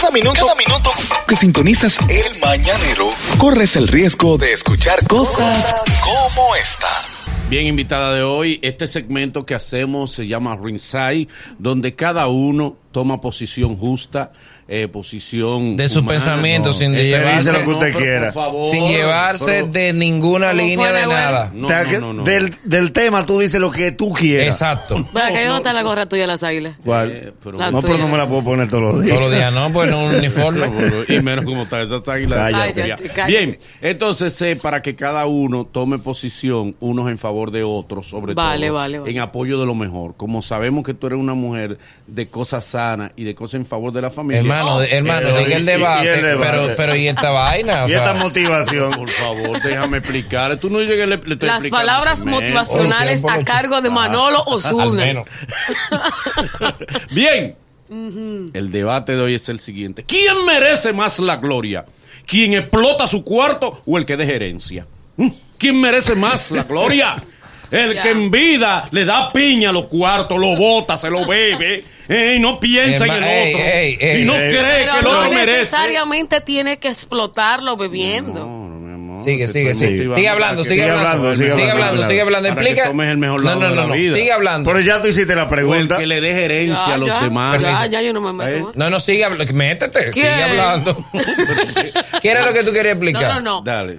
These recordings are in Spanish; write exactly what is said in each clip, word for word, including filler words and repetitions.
Cada minuto, cada minuto que sintonizas el mañanero, corres el riesgo de escuchar cosas como esta. Bien, invitada de hoy, este segmento que hacemos se llama Ringside, donde cada uno toma posición justa, eh, posición de sus humana, pensamientos, no, sin este llevarse lo que usted no, quiera, por favor, sin llevarse pero, de ninguna línea de nada. No, o sea, no, que no, no. Del, del tema tú dices lo que tú quieras. Exacto. ¿Para qué no, no está la gorra tuya de las águilas? ¿Cuál? Eh, pero- La no, pero tuya. no me la puedo poner todos los días. Todos los días no, pues no un uniforme. Y menos como está esas águilas. Cállate. Cállate, cállate. Bien, entonces eh, para que cada uno tome posición, unos en favor de otros, sobre Vale, todo, vale, vale. en apoyo de lo mejor. Como sabemos que tú eres una mujer de cosas sanas y de cosas en favor de la familia. Hermano, de- hermano, Eh, diga el y- debate, y el debate. pero pero y esta vaina, o Y sea, esta motivación. Por favor, déjame explicar. Tú no llegues, le, le estoy Las explicando palabras primero. motivacionales Por a tiempo, cargo de Manolo al Osuna. menos. Bien, el debate de hoy es el siguiente. ¿Quién merece más la gloria? ¿Quién explota su cuarto o el que deja herencia? ¿Mm? ¿Quién merece más la gloria? El Ya. que en vida le da piña a los cuartos, lo bota, se lo bebe, eh, y no piensa Herma- en el ey, otro. ey, ey, y no ey. cree Pero que el no otro merece. necesariamente tiene que explotarlo bebiendo. No, no, mi amor, Sigue, te sigue, estoy sigue. motivando Sigue para hablando, que- sigue sigue hablando, hablando, sigue sigue hablando, hablando. sigue hablando. Para que Explica. tomes el mejor lado No, no, de no, la no. vida. Sigue hablando. Pero ya tú hiciste la O el pregunta. que le deje herencia Ya, a los ya, demás. Ya, ya yo no me meto ¿Eh? más. No, no, sigue hablando. Métete, ¿Quién? sigue hablando. ¿Qué era lo que tú querías explicar? No, no, no. Dale.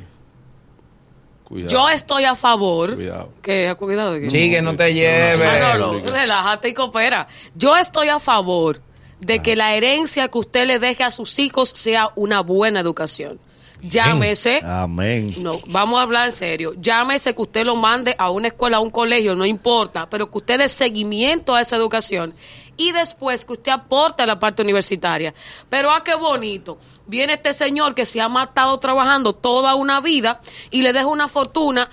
Cuidado. Yo estoy a favor. Cuidado. Que, cuidado de que. Sigue, no te lleves. Manolo, relájate y coopera. Yo estoy a favor de que la herencia que usted le deje a sus hijos sea una buena educación. Llámese. Amén. No, vamos a hablar en serio. Llámese que usted lo mande a una escuela, a un colegio, no importa, pero que usted dé seguimiento a esa educación y después que usted aporte a la parte universitaria. Pero ah, qué bonito. Viene este señor que se ha matado trabajando toda una vida y le deja una fortuna,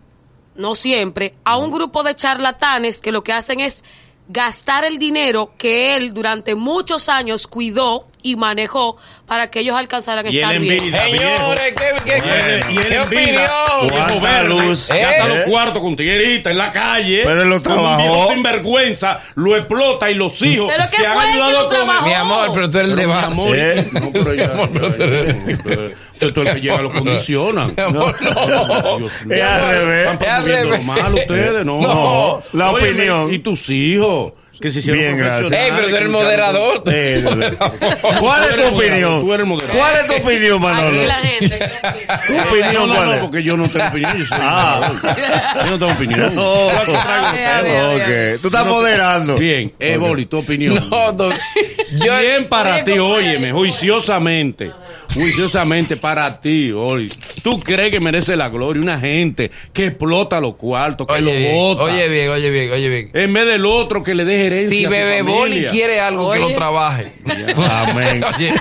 no siempre, a un grupo de charlatanes que lo que hacen es gastar el dinero que él durante muchos años cuidó y manejó para que ellos alcanzaran a Y él estar en bien. vida, Señores, ¿qué, qué, qué, Y él qué en vida, opinión? viejo Cuánta verde, luz. gasta ¿Eh? los cuartos con tiguerita en la calle. Pero él lo con un trabajó. viejo sinvergüenza, lo explota y los hijos ¿Pero qué que han fue el que ayudado lo con trabajó? Mi amor, pero tú eres el Pero, mi debate. amor, ¿Eh? no, pero ya, Mi amor, pero ya, tú eres- ya, ya. Tú el que llega lo condicionan. Mi amor, no. Dios Mi mío. Es al amor, revés. Están es al promoviendo lo revés. malo ustedes, no. No, la Óyeme, opinión. Y tus hijos, que se hicieron Bien, gracias. profesionales. Ey, pero tú eres el que moderador. Eh, ¿Cuál Tú es eres tu moderador, opinión? tú eres moderador. ¿Cuál es tu opinión, Manolo? Aquí la gente. ¿Tu No, opinión no, cuál no, es? porque yo no tengo opinión. Yo soy Ah. moderador. Yo no tengo opinión. Oh. Yo aquí traigo los A ver, a ver, temas. a ver. Ok. Tú estás moderando. Bien, Eboli, tu opinión. No, no. Yo, Bien para Oye, ti, ¿cómo óyeme, es? juiciosamente. Juiciosamente para ti, hoy. ¿Tú crees que merece la gloria una gente que explota los cuartos, que oye, lo bien, bota? oye bien, oye bien, oye bien. En vez del otro que le deje herencia. Si a su Bebe familia. Boli quiere algo, que Oye. lo trabaje. Amén. Oye,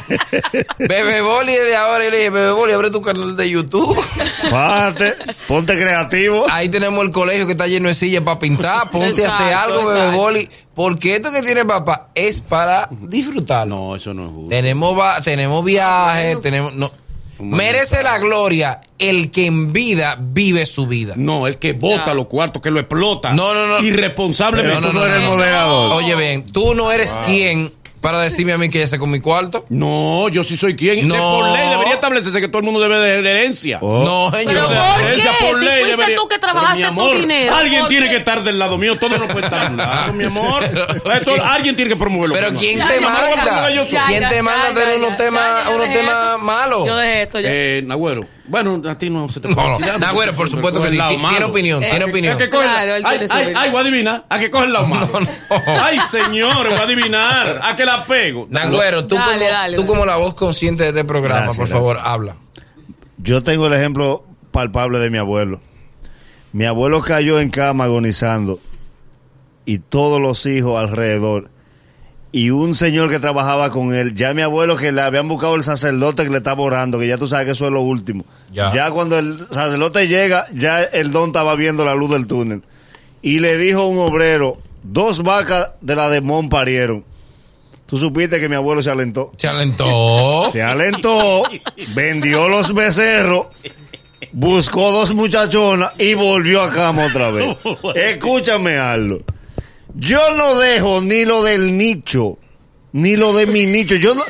Bebe Boli es de ahora y le dije, Bebe Boli, abre tu canal de YouTube. Fájate, ponte creativo. Ahí tenemos el colegio que está lleno de sillas para pintar. Ponte a hacer Exacto, algo, Bebe exacto. Boli. Porque esto que tiene papá es para disfrutar. No, eso no es justo. Tenemos, va- tenemos viajes, tenemos... No. Merece la gloria el que en vida vive su vida. No, el que bota Ya. los cuartos, que lo explota. No, no, no. Irresponsablemente. Pero Tú no eres el moderador. Oye, bien, tú no eres quien para decirme a mí que ya sé con mi cuarto. No, yo sí soy quien. No. De por ley debería establecerse que todo el mundo debe de herencia. Oh. No, Pero señor. ¿por Herencia qué? por Si ley fuiste debería- tú que Pero, trabajaste mi amor, tu dinero. Alguien ¿por tiene qué? que estar del lado mío. Todo no puede estar al lado, mi amor. Esto- alguien tiene que promoverlo. Pero ¿quién Ya, te ya, manda? ya, ya, ¿Quién ya, te ya, manda a ya, tener ya, unos ya, temas, ya, yo unos dejé temas esto. malos? Yo dejé esto ya. Eh, Nagüero. Bueno, a ti no se te No, puede no. decir. Nagüero, por supuesto que sí. Coge el lado Tiene malo. opinión, Eh, tiene ¿A opinión. que coge Claro, la- él ay, tiene su ay, opinión. ay, voy a adivinar. ¿A que coge el lado malo? No, no. Ay, señores, voy a adivinar. ¿A que la pego? Nagüero, tú, Dale, como, dale, tú dale. como la voz consciente de este programa, Gracias, por gracias. favor, habla. Yo tengo el ejemplo palpable de mi abuelo. Mi abuelo cayó en cama agonizando y todos los hijos alrededor. Y un señor que trabajaba con él, ya mi abuelo que le habían buscado el sacerdote que le estaba orando, que ya tú sabes que eso es lo último. Ya. Ya cuando el sacerdote llega, ya el don estaba viendo la luz del túnel. Y le dijo a un obrero, dos vacas de la de Mon parieron. Tú supiste que mi abuelo se alentó. Se alentó. Se alentó, vendió los becerros, buscó dos muchachonas y volvió a cama otra vez. Escúchame algo. Yo no dejo ni lo del nicho, ni lo de mi nicho. Yo no,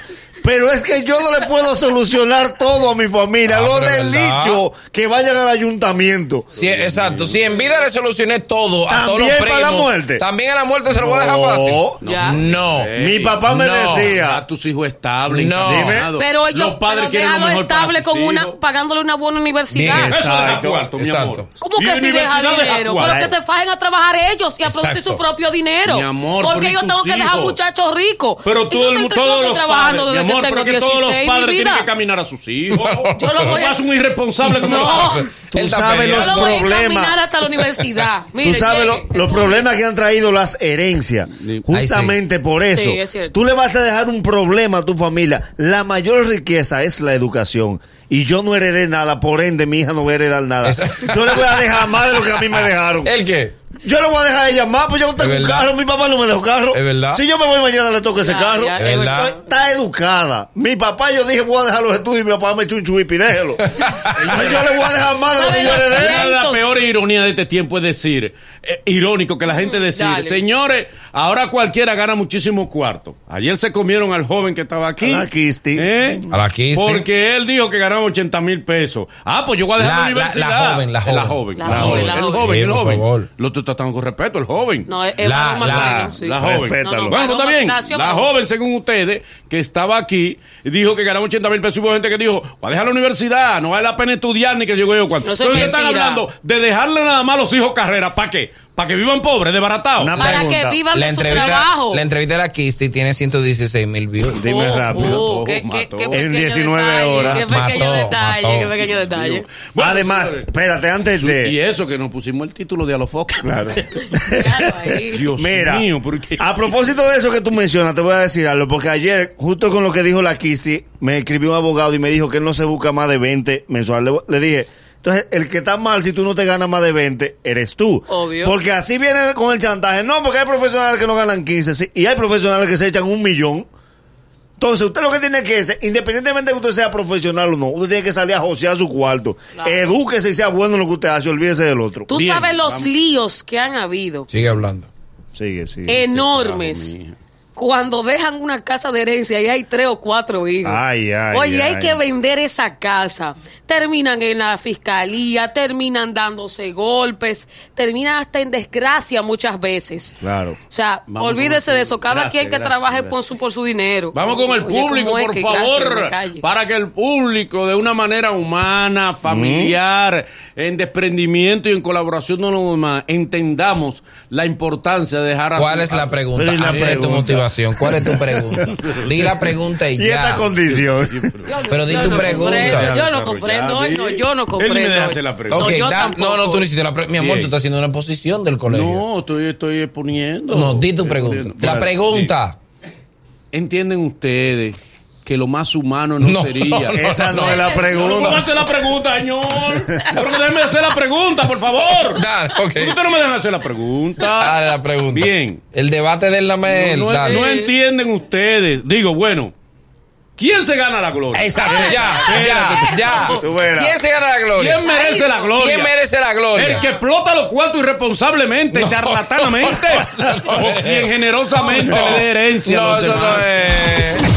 Pero es que yo no le puedo solucionar todo a mi familia. Ah, Lo pero del verdad. dicho, que vayan al ayuntamiento. Sí, exacto. Si en vida le solucioné todo a todos los También primos. para la muerte. También a la muerte se lo voy a dejar No. fácil. Ya. No. Mi papá me No. decía, A tus hijos estables. No. encaminados. Pero ellos, los padres pero quieren lo déjalo mejor para estable sus con una, hijos. pagándole una buena universidad. Bien. Eso deja Exacto, cuarto, mi exacto. amor. ¿Cómo Y que si deja universidad deja dinero? cuarto. Pero que se fajen a trabajar ellos y a producir Exacto. su propio dinero. Mi amor, porque pero yo ¿y tengo tus que dejar hijos? muchachos ricos. Pero Y todo yo el, estoy- todos yo estoy los trabajando padres, mi desde amor, que tengo porque todos los dieciséis, mi padres tienen vida. que caminar a sus hijos. Yo lo voy a- Es un irresponsable como No. tú Él está sabes Yo los lo voy a problemas. encaminar hasta la universidad. Tú Mire, sabes lo- llegue. los problemas que han traído las herencias. Sí. Justamente por eso. Sí, es cierto. Tú le vas a dejar un problema a tu familia. La mayor riqueza es la educación. Y yo no heredé nada, por ende mi hija no va a heredar nada. Esa- Yo le voy a dejar más de lo que a mí me dejaron. ¿El qué? Yo le voy a dejar a ella más, pues yo no tengo Es un verdad. carro, mi papá no me dejó carro. Es verdad. Si yo me voy mañana le toco ese Ya, carro. ya, Es verdad. Está educada. Mi papá, yo dije, voy a dejar los estudios y mi papá me echó un chuipi, déjelo. Entonces yo le voy a dejar más de lo que yo ¿Sabe lo heredé. que- Una de las peores ironías de este tiempo es decir, eh, irónico que la gente decir, Dale. señores, ahora cualquiera gana muchísimo cuarto. Ayer se comieron al joven que estaba aquí. A la Kisti. ¿Eh? A la Kisti. Porque él dijo que ganaba ochenta mil pesos. Ah, pues yo voy a dejar La- la, la- universidad. la joven, la joven. La joven. La la joven, joven, la El joven. joven, Sí, el por joven. favor. Lo estoy tratando con respeto, el joven. No, es, es La- algo más la- pequeño, sí. La joven. Respétalo. No, no, Bueno, no, está bien. nació La bajo. joven, según ustedes, que estaba aquí, dijo que ganaba ochenta mil pesos. Hubo gente que dijo, va a dejar la universidad, no vale la pena estudiar ni que yo yo cuánto. No, eso es Entonces están mentira. hablando de dejarle nada más a los hijos carreras. ¿Para qué? ¿Para que vivan pobres, desbaratados? Una Para pregunta. que vivan La de su entrevista, trabajo. la entrevista de la Kisti tiene ciento dieciséis mil views. Dime Oh, rápido. oh, qué- Mató. qué- qué En pequeño diecinueve detalle, horas. Qué pequeño Mató, detalle, mató. qué pequeño detalle. Bueno, Además, señores, espérate, antes su- de... y eso que nos pusimos el título de Alofoque. Claro. Claro, ahí. Dios Mira, mío, ¿por qué? a propósito de eso que tú mencionas, te voy a decir algo, porque ayer, justo con lo que dijo la Kisti, me escribió un abogado y me dijo que él no se busca más de veinte mensuales. Le, le dije, entonces, el que está mal si tú no te ganas más de veinte, eres tú. Obvio. Porque así viene con el chantaje. No, porque hay profesionales que no ganan quince, sí, y hay profesionales que se echan un millón. Entonces, usted lo que tiene que hacer, independientemente de que usted sea profesional o no, usted tiene que salir a josear su cuarto. Claro. Edúquese y sea bueno en lo que usted hace, olvídese del otro. Tú Bien, sabes los vamos. líos que han habido, Sigue hablando. Sigue, sigue. enormes, Carajo, mija. cuando dejan una casa de herencia y hay tres o cuatro hijos. Ay, ay, Oye, hay ay. que vender esa casa. Terminan en la fiscalía, terminan dándose golpes, terminan hasta en desgracia muchas veces. Claro. O sea, Vamos olvídese con el- de eso. Cada Gracias, quien que gracias, trabaje gracias. Por, su, por su dinero. Vamos con el Oye, público, ¿cómo es por que gracias, favor, me calle? para que el público, de una manera humana, familiar, en desprendimiento y en colaboración con los demás, entendamos la importancia de dejar a ¿Cuál su- es la a- pregunta? Pero ¿y la Amplía tu pregunta? motivación. ¿Cuál es tu pregunta? Di la pregunta y Y esta ya. condición. Yo no- Pero di yo tu no pregunta. comprendo, Yo no Desarrollar, comprendo hoy, no, yo no Él comprendo. me deja hoy. hacer la pregunta. Ok, No, yo da- no, tampoco. no, tú no hiciste la pregunta. Mi amor, Bien. tú estás haciendo una exposición del colegio. No, estoy, estoy exponiendo. No, di tu Estoy pregunta. exponiendo. La Bueno, pregunta. sí. ¿Entienden ustedes que lo más humano no, No, sería? no, Esa no es la ¿Cómo pregunta. hacer la pregunta, señor? Pero déjeme hacer la pregunta, por favor. Dale, ok. ¿Por qué usted no me deja hacer la pregunta? Dale la pregunta. Bien. El debate del Lamel. No, no- dale. no entienden ustedes. Digo, bueno, ¿quién se gana la gloria? Exacto, ya, Espérate. ya, ya. Tú verás. ¿Quién se gana la gloria? ¿Quién merece la gloria? ¿Quién merece la gloria? ¿El que explota los cuartos irresponsablemente, charlatanamente? ¿O quien generosamente le dé herencia No, a los eso no demás? es.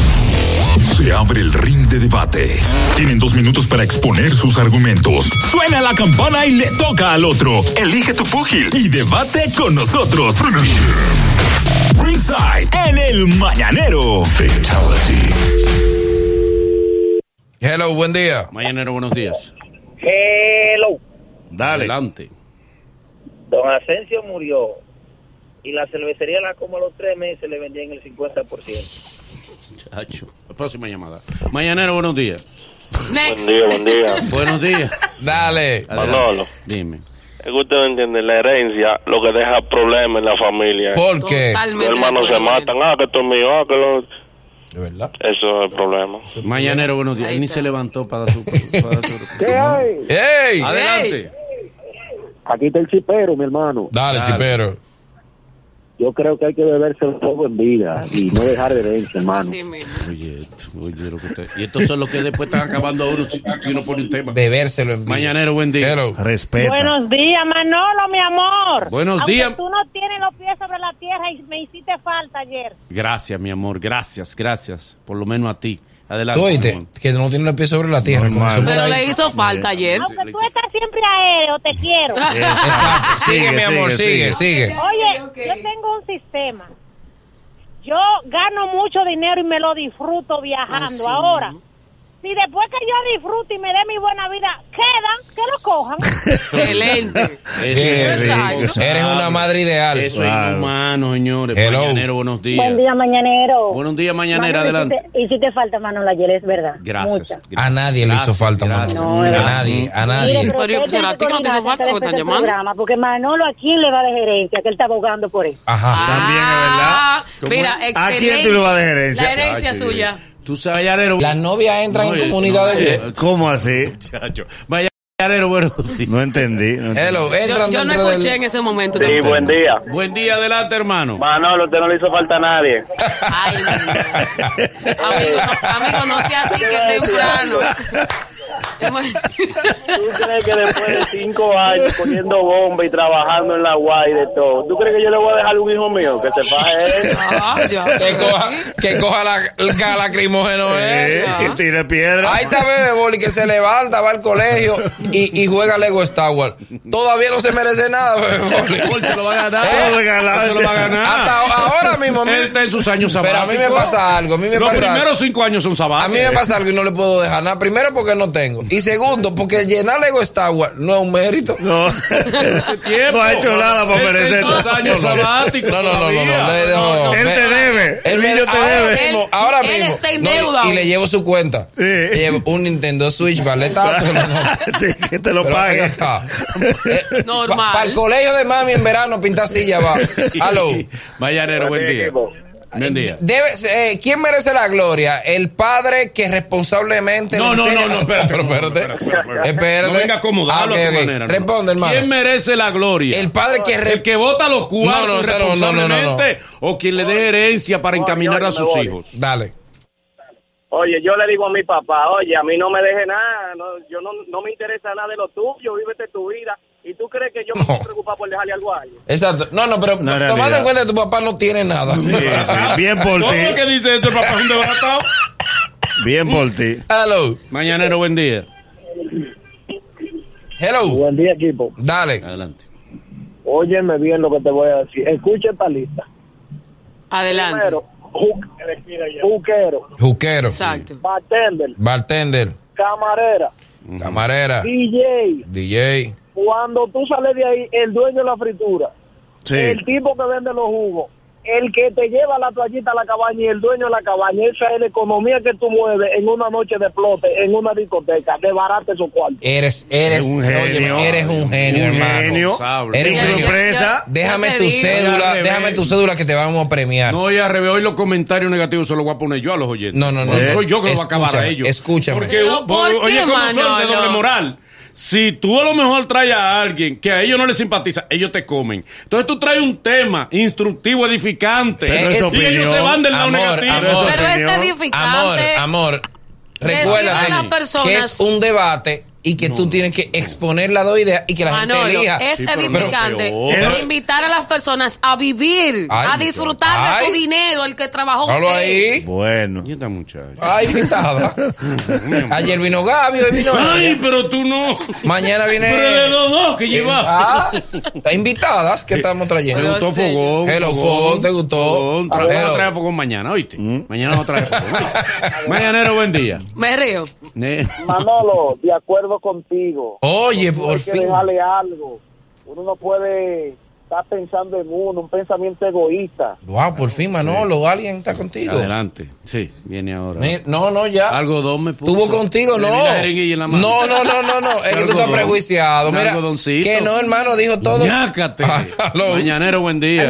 Se abre el ring de debate. Tienen dos minutos para exponer sus argumentos. Suena la campana y le toca al otro. Elige tu púgil y debate con nosotros. Ringside en el Mañanero. Fatality. Hello, buen día. Mañanero, buenos días. Hello. Dale. Adelante. Don Asensio murió y la cervecería la como a los tres meses le vendían el cincuenta por ciento. Chacho. Próxima llamada. Mañanero, buenos días. Next. Buen día, buen día. Buenos días. Dale. Adelante. Manolo. Dime. Es que usted no entiende, la herencia lo que deja problemas en la familia. ¿Por qué? Totalmente Los hermanos de se acuerdo. matan, ah, que esto es mío, ah, que lo... De verdad. Eso es el problema. Mañanero, buenos días. Ahí Él ni está. se levantó para dar su... para dar su- ¿Qué hay? ¡Ey! Adelante. Aquí está el chipero, mi hermano. Dale, Dale. chipero. yo creo que hay que beberse un poco en vida y no dejar de herencia, hermano. Sí, mismo. Oye, esto, oye, lo que te... Y estos son los que después están acabando a uno si, si uno pone un tema. Bebérselo en vida. Mañanero, buen día. Hello. Respeta. Buenos días, Manolo, mi amor. Buenos Aunque días. tú no tienes los pies sobre la tierra y me hiciste falta ayer. Gracias, mi amor, gracias, gracias. Por lo menos a ti. Adelante. Tú oíste, que no tiene los pies sobre la tierra. Normal. comenzó por Pero ahí. le hizo falta ayer. Aunque tú estás siempre aéreo, te quiero. Exacto. Sigue, Sigue, mi amor, sigue, sigue, sigue. Oye, ok. yo tengo un sistema. Yo gano mucho dinero y me lo disfruto viajando. Así Ahora, mismo. si después que yo disfruto y me dé mi buena vida, quedan, que lo cojan. Excelente. Eso es Exacto. rico. Eres una madre ideal. Eso Claro. es inhumano, señores. Hello. Mañanero, buenos días. Buen día, mañanero. Buenos días, mañanera, Manolo, adelante. Y si te, y si te falta, Manolo, ayer es verdad. Gracias, Mucha. gracias. A nadie le hizo Gracias, falta, gracias. Manolo. No, a no. nadie, a nadie. Mire, pero Pero, usted pero a tiene ti que no te hizo coordinarse falta, para porque están este llamando. programa, porque Manolo, ¿a quién le va de gerencia? Que él está abogando por eso. Ajá. También es Ah, verdad. mira, ¿A excelente. quién tú le vas de gerencia? La herencia Ay, suya. Tú sabes, Mañanero. Las novias entran No, en eh, comunidades no, bien. eh, ¿Cómo así? Muchacho. Mañanero, buenos días. No entendí. no entendí. Hello, Yo, entran yo no dentro escuché del... en ese momento. Sí, tampoco. buen día. Buen día, adelante, hermano. Manolo, usted no le hizo falta a nadie. Ay, no. Amigo, no, amigo, no sea así que temprano. ¿Tú crees que después de cinco años poniendo bomba y trabajando en la guay de todo, tú crees que yo le voy a dejar un hijo mío que se faje él? Ah, ya. Que coja, que coja la, el gas lacrimógeno, Eh, ¿eh? que tire piedra. Ahí está Bebe Boli que se levanta, va al colegio y, y juega Lego Star Wars. Todavía no se merece nada, Bebe Boli. Gol se lo va a ganar. Eh, Todo se lo va a ganar. Hasta ahora mismo. a mí- Él está en sus años Pero sabáticos. a mí me pasa algo. A mí me Los pasa algo. primeros cinco años son A sabáticos. mí me pasa algo y no le puedo dejar nada. Primero, porque no tengo. Y segundo, porque llenar Lego Star Wars no es un mérito. No. Tiempo. No ha hecho nada para Él está en merecer. sus años sabáticos. No, no, no, no, no, todavía. le- no, Él me- te debe. Él El me- niño te ahora debe. mismo, Él- ahora él mismo. está en No, y- deuda. y, le llevo su cuenta. Sí. Le llevo un Nintendo Switch, vale tanto. no, no. Sí, que te lo Pero pague. ven acá. Eh, Normal. Para el colegio de mami en verano, pintar silla va. Aló. Mañanero, buen día. Buen día. Debe, eh, ¿Quién merece la gloria? ¿El padre que responsablemente No, le no, no, enseña- no, espérate. Pero espérate. espérate, espérate. Espérate. No venga a acomodarlo Ah, ok, a tu ok. manera. no. Responde, hermano. ¿Quién merece la gloria? El padre que... re- ¿El que vota los cuartos No, no, no, no, no, no, no. responsablemente o quien le dé herencia para encaminar a sus hijos? Dale. Oye, yo le digo a mi papá, oye, a mí no me deje nada, no, yo no, no me interesa nada de lo tuyo, vívete tu vida. ¿Y tú crees que yo me voy a preocupar por dejarle algo a alguien? Exacto. No, no, pero No, en tomando en realidad. cuenta que tu papá no tiene nada. Sí, sí, bien por Todo ti. lo que dice este papá es un desbaratado. Bien por ti. Hello. Mañanero, buen día. Hello. Buen día, equipo. Dale. Adelante. Óyeme bien lo que te voy a decir. Escucha esta lista. Adelante. Primero, ju- juquero, Juquero. Exacto. bartender, Bartender. camarera, Camarera. D J. D J. Cuando tú sales de ahí, el dueño de la fritura, Sí. el tipo que vende los jugos, el que te lleva la toallita a la cabaña y el dueño de la cabaña, esa es la economía que tú mueves en una noche de flote, en una discoteca, de barata esos cuartos. Eres, eres Un óyeme, genio. eres un genio, Un hermano. genio. Responsable. Eres un genio. Microempresa. Déjame Ya te tu digo. cédula, Ya, déjame bebé. tu cédula que te vamos a premiar. No, y al revés, hoy los comentarios negativos se los voy a poner yo a los oyentes. No, no, no. No Eh, soy yo que lo voy a acabar a escúchame, ellos. escúchame. Porque, Pero, por- ¿por oye, qué, ¿cómo son de Manolo? doble moral? Si tú a lo mejor traes a alguien que a ellos no les simpatiza, ellos te comen. Entonces tú traes un tema instructivo, edificante. Pero es y opinión. ellos se van del lado Amor, negativo. amor. Pero es opinión. Amor, edificante. amor. Decirle Recuérdate a las personas- que es un debate y que tú tienes que exponer las dos ideas y que la Manolo, gente elija. es Sí, pero edificante no peor. e invitar a las personas a vivir, Ay, a disfrutar de ay. su dinero, el que trabajó. Hablo usted. ahí. Bueno. Y esta muchacha. Ay, invitada. Ayer vino Gaby, hoy vino Ay, ella. pero tú no. Mañana viene. Pero de los dos que llevas. Ah, invitadas que estamos Me trayendo. Pero gustó sí. Fogón. Hello, Fogón, ¿te gustó? Fogón. Tra- Hello. Vamos a traer Fogón mañana, ¿oíste? Mañana vamos a traer Fogón. ¿oíste? Mañanero, buen día. Me río. Ne- Manolo, de acuerdo contigo. Oye, por Hay que fin. dejarle algo. Uno no puede estar pensando en uno, un pensamiento egoísta. Wow, por fin, Manolo, alguien está contigo. Adelante. Sí, viene ahora. Ni- No, no, ya. Algodón me puso. Estuvo contigo, Le no. di la jeringuilla en la mano. No, no, no, no, no. Es que tú estás Algodón. prejuiciado. Un Mira, algodoncito. que no, hermano, dijo todo. Ñácate. Ah, hello. Mañanero, buen día. Hello.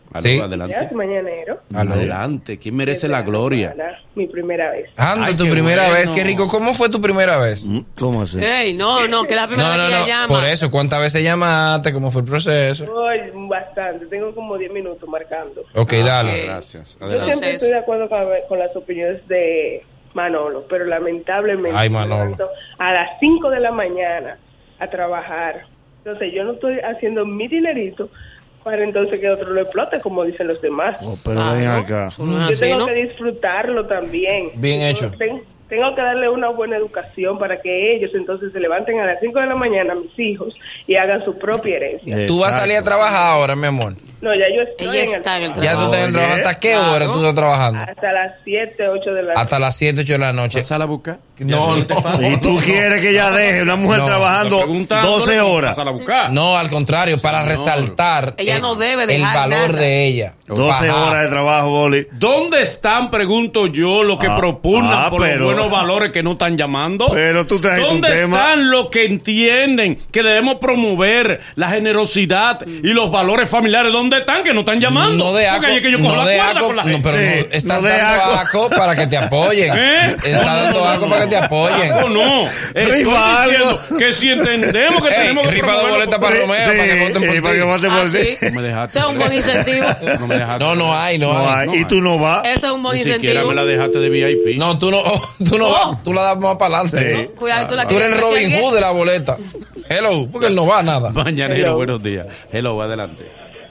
Sí. Adelante. Días, mañanero. Adelante. ¿Quién merece la gloria? Mi primera vez. Anda, Ay, tu qué primera bueno. vez. Qué rico. ¿Cómo fue tu primera vez? ¿Cómo así? Ey, no, no, que la primera No, no, vez que no. ella llama. Por eso, ¿cuántas veces llamaste? ¿Cómo fue el proceso? Hoy bastante, tengo como diez minutos marcando. Ok, Ah, dale. Gracias. Yo Adelante. siempre estoy de acuerdo con, con las opiniones de Manolo, pero lamentablemente Ay, Manolo. me levanto a las cinco de la mañana a trabajar. Entonces yo no estoy haciendo mi dinerito para entonces que otro lo explote, como dicen los demás. Oh, pero Ah, ven ¿no? acá. Eso no es Yo así, tengo ¿no? que disfrutarlo también. Bien Yo hecho. ten- tengo que darle una buena educación para que ellos entonces se levanten a las cinco de la mañana, mis hijos, y hagan su propia herencia. Tú vas a salir a trabajar ahora, mi amor. No, ya yo estoy Ella en está en el el Ya tú trabajo. estás en el trabajo. ¿Hasta qué Claro. hora tú estás trabajando? hasta las siete, ocho de la Hasta las siete, ocho de la noche. ¿Vas a la buscar? No, no. Y tú quieres que ella deje una mujer No, trabajando doce horas. ¿Vas a la buscar? No, al contrario, para resaltar Ella el, no debe el dejar valor nada. de ella. doce Bajar. horas de trabajo, Boli. ¿Dónde están, pregunto yo, los que Ah, propugnan ah, por pero- los buenos valores que no están llamando? Pero tú traes un ¿Dónde tema. están los que entienden que debemos promover la generosidad y los valores familiares? ¿Dónde están que no están llamando? No de aco, Porque ahí es que yo cojo no la de cuerda aco, con la no, gente. pero Sí, no, estás no de dando aco. aco para que te apoyen. ¿Eh? Estás No, no, dando no, aco no, para que no. te apoyen. Aco no. Estoy Rifa diciendo algo. que si entendemos que Ey, tenemos que rifa de promover boleta los- para Romeo, para que voten por sí, ti. para que voten por Ah, ti. sí. No me dejaste. Ese es un buen incentivo. No me dejaste. No, no hay, no, No hay. hay. Y tú no vas. Ese es un buen Ni siquiera incentivo. me la dejaste de V I P. No, tú no, tú no Oh. vas, tú la das más para adelante. Sí. Cuidado, tú la Tú eres el quieres Robin que Hood de la boleta. Hello, porque él no va a nada. Mañanero, Hello. buenos días. Hello, adelante.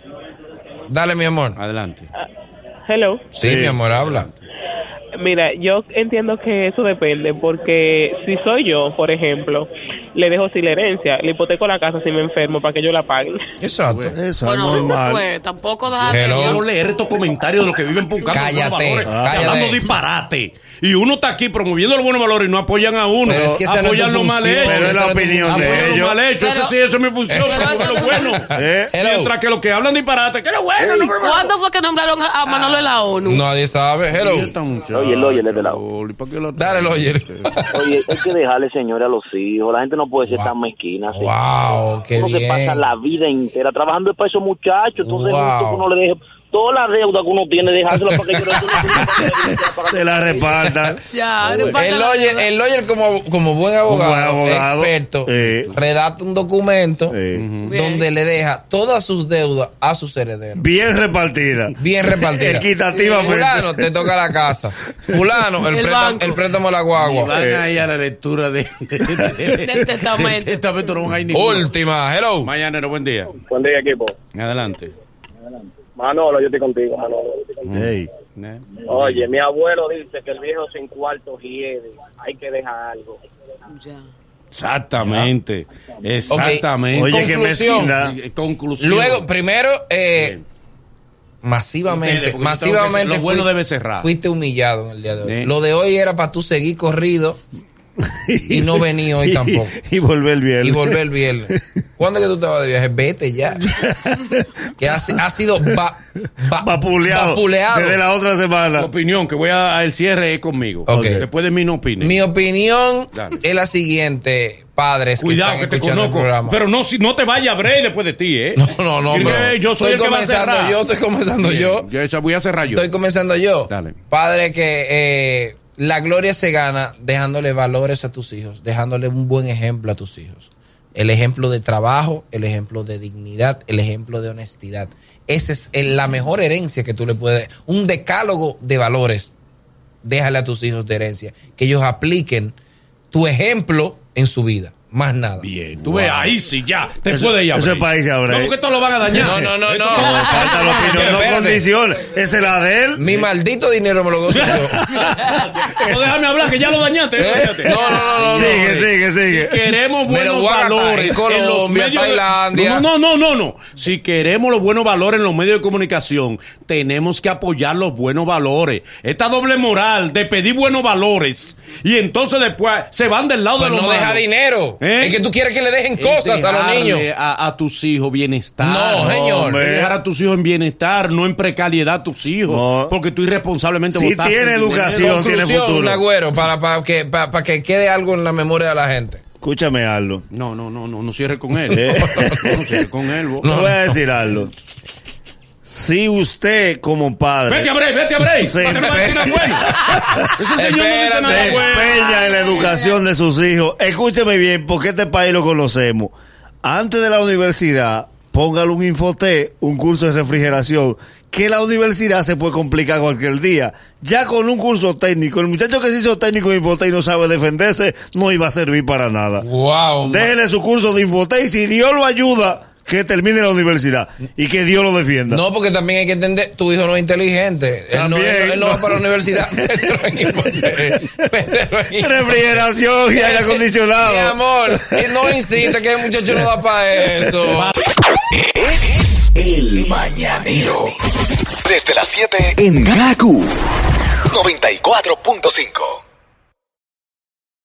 Dale, mi amor. Adelante. Hello. Sí, Sí. mi amor, habla. Mira, yo entiendo que eso depende, porque si soy yo, por ejemplo, le dejo sin la herencia, le hipoteco la casa si me enfermo para que yo la paguen. Exacto. Eso es Bueno, normal. pues tampoco dejar Hello. Quiero leer estos comentarios de los que viven buscando Cállate, los buenos valores, cállate. hablando disparate. Y uno está aquí promoviendo los buenos valores y no apoyan a uno. Pero es que esa no es apoyan tu lo mal función, hecho. Pero es la esa no tu opinión función. de Apoyan lo ellos. mal hecho. Pero- Ese sí, eso es mi función. Pero promover eso lo no- bueno. ¿Eh? Hello. Mientras que los que hablan disparate, que lo bueno. No, pero- ¿Cuándo fue que nombraron a a Manolo en la ONU? Nadie sabe. Hello. Oye, el Oye, de lado. Dale, Loyer. Oye, hay que dejarle, señores, a los hijos. La gente no puede ser Wow. tan mezquina. así. Wow, qué Uno se bien. pasa la vida entera trabajando para esos muchachos. Entonces, Wow. justo que uno le deje toda la deuda que uno tiene, dejársela para que yo le Se la repartan. Ya, no El falta la lawyer, ayuda. el lawyer como, como buen abogado, buen abogado, experto, eh. redacta un documento Eh. donde le deja todas sus deudas a sus herederos. Bien repartida. Bien repartida. Equitativamente. Fulano, te toca la casa. Fulano, el, El préstamo, banco. el préstamo de la Y guagua. van ahí a la lectura de, de- de- Del testamento. del testamento no hay ninguno. Última, hello. Mañanero, buen día. Buen día, equipo. Adelante. Manolo, yo estoy contigo, Manolo. Ey. ¿Eh? Oye, mi abuelo dice que el viejo sin cuarto hiede. Hay que dejar algo. Ya. Exactamente. Exactamente. Oye, qué Conclusión. mezquindad. Eh, Conclusión. Luego, primero, eh, Bien. masivamente, Ustedes, porque yo masivamente tengo que- lo bueno fui- debe cerrar. fuiste humillado en el día de hoy. Sí. Lo de hoy era para tú seguir corrido y no venir hoy tampoco. Y volver bien. Y volver el viernes. ¿Cuándo es que tú te vas de viaje? Vete ya. Que ha, ha sido va, va- Vapuleado. vapuleado. Desde la otra La semana. opinión que voy a el cierre es conmigo. Ok. Después de mí no opine. Mi opinión Dale. es la siguiente, padres Cuidado que que están te escuchando el conozco. programa. Pero no, si no te vaya a Bray después de ti, ¿eh? No, no, no, Quiere bro. que Yo soy Estoy el que va a comenzando cerrar. yo, estoy comenzando Bien, yo. Yo esa voy a cerrar yo. Estoy comenzando yo. Dale. Padre, que eh, la gloria se gana dejándole valores a tus hijos, dejándole un buen ejemplo a tus hijos. El ejemplo de trabajo, el ejemplo de dignidad, el ejemplo de honestidad. Esa es el- la mejor herencia que tú le puedes... Un decálogo de valores. Déjale a tus hijos de herencia. Que ellos apliquen tu ejemplo en su vida. Más nada. Bien, tú ves, ahí sí, ya, te Eso- puede ir a eso Bray. es país ahora, No, ¿eh? porque esto lo van a dañar. No, no, no, Esto- no. No, falta la opinión, no Espérate. condiciones. Esa es la de él. Mi maldito dinero me lo gozo yo. No, déjame hablar, que ya lo dañaste. ¿Eh? Cállate. No, no, no, no. Sigue, no. sigue, sigue. Queremos Me lo buenos voy a gastar valores en en Colombia, los medios de- Tailandia. No, no, no, no, no. Si queremos los buenos valores en los medios de comunicación, tenemos que apoyar los buenos valores. Esta doble moral de pedir buenos valores y entonces después se van del lado Pues de los no deja malos. dinero. ¿Eh? Es que tú quieres que le dejen Es cosas a los dejarle niños. A, a tus hijos bienestar. No, señor. Es dejar a tus hijos en bienestar, no en precariedad a tus hijos. No. Porque tú irresponsablemente Si botaste tiene el dinero. educación, tiene Conclusión, futuro. Nagüero, para, para, que, para, para que quede algo en la memoria de la gente. Escúchame algo. No, no, no, no, no cierre con él. ¿Eh? No cierre con él. vos. Te voy a decir algo. Si usted como padre... Vete a break, vete a break. Se, para que no vaya a decir nada bueno. Ese señor no dice nada se bueno. empeña en la educación de sus hijos. Escúcheme bien, porque este país lo conocemos. Antes de la universidad, póngale un Infoté, un curso de refrigeración, que la universidad se puede complicar cualquier día. Ya con un curso técnico, el muchacho que se hizo técnico de Infoté y no sabe defenderse, no iba a servir para nada. Wow, déjele su curso de Infoté y si Dios lo ayuda, que termine la universidad y que Dios lo defienda. No, porque también hay que entender, tu hijo no es inteligente. Él no, él, no, él no va para la universidad. Refrigeración y aire acondicionado. Mi amor, no insista que el muchacho no da para eso. Es El Mañanero. Desde las siete en Gaku noventa y cuatro punto cinco.